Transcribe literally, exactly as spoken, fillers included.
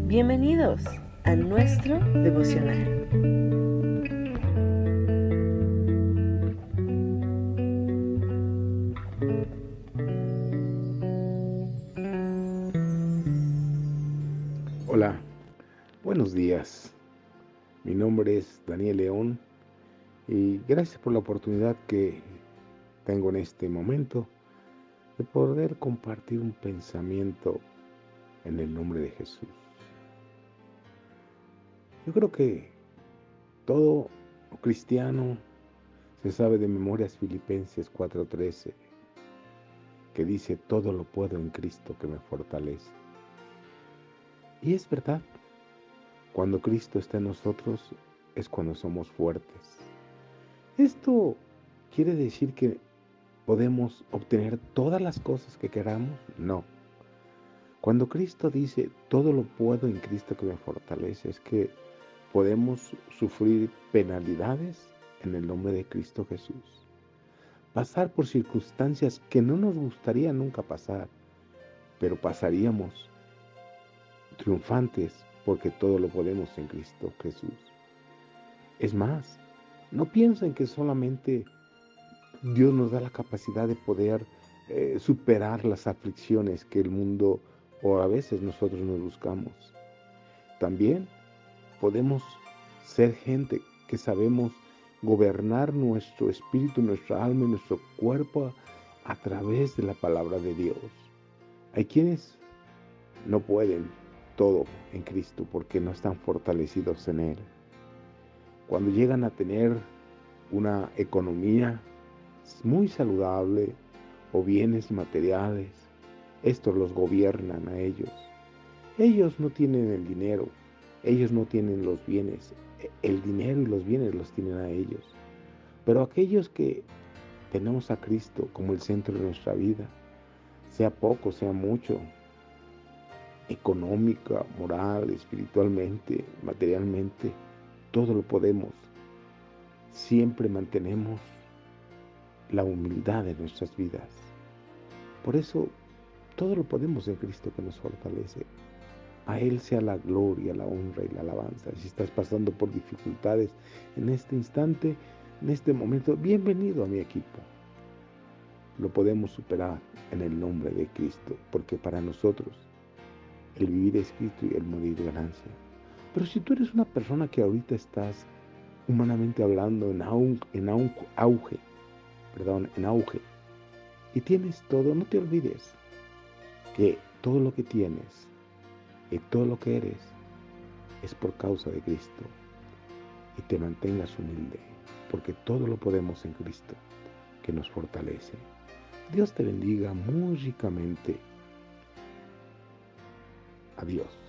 Bienvenidos a nuestro devocional. Hola, buenos días. Mi nombre es Daniel León y gracias por la oportunidad que tengo en este momento de poder compartir un pensamiento en el nombre de Jesús. Yo creo que todo cristiano se sabe de memorias Filipenses cuatro trece, que dice: todo lo puedo en Cristo que me fortalece. Y es verdad, cuando Cristo está en nosotros es cuando somos fuertes. Esto quiere decir que podemos obtener todas las cosas que queramos. No. Cuando Cristo dice todo lo puedo en Cristo que me fortalece, es que podemos sufrir penalidades en el nombre de Cristo Jesús. Pasar por circunstancias que no nos gustaría nunca pasar, pero pasaríamos triunfantes porque todo lo podemos en Cristo Jesús. Es más, no piensen que solamente Dios nos da la capacidad de poder eh, superar las aflicciones que el mundo o a veces nosotros nos buscamos. También podemos ser gente que sabemos gobernar nuestro espíritu, nuestra alma y nuestro cuerpo a, a través de la palabra de Dios. Hay quienes no pueden todo en Cristo porque no están fortalecidos en Él. Cuando llegan a tener una economía muy saludable o bienes materiales, estos los gobiernan a ellos. Ellos no tienen el dinero, ellos no tienen los bienes, el dinero y los bienes los tienen a ellos. Pero aquellos que tenemos a Cristo como el centro de nuestra vida, sea poco, sea mucho, económica, moral, espiritualmente, materialmente, todo lo podemos. Siempre mantenemos la humildad de nuestras vidas. Por eso, todo lo podemos en Cristo que nos fortalece. A Él sea la gloria, la honra y la alabanza. Si estás pasando por dificultades en este instante, en este momento, bienvenido a mi equipo. Lo podemos superar en el nombre de Cristo, porque para nosotros el vivir es Cristo y el morir ganancia. Pero si tú eres una persona que ahorita estás, humanamente hablando, en, au, en au, auge, perdón, en auge, y tienes todo, no te olvides que todo lo que tienes y todo lo que eres es por causa de Cristo, y te mantengas humilde, porque todo lo podemos en Cristo que nos fortalece. Dios te bendiga muy ricamente. Adiós.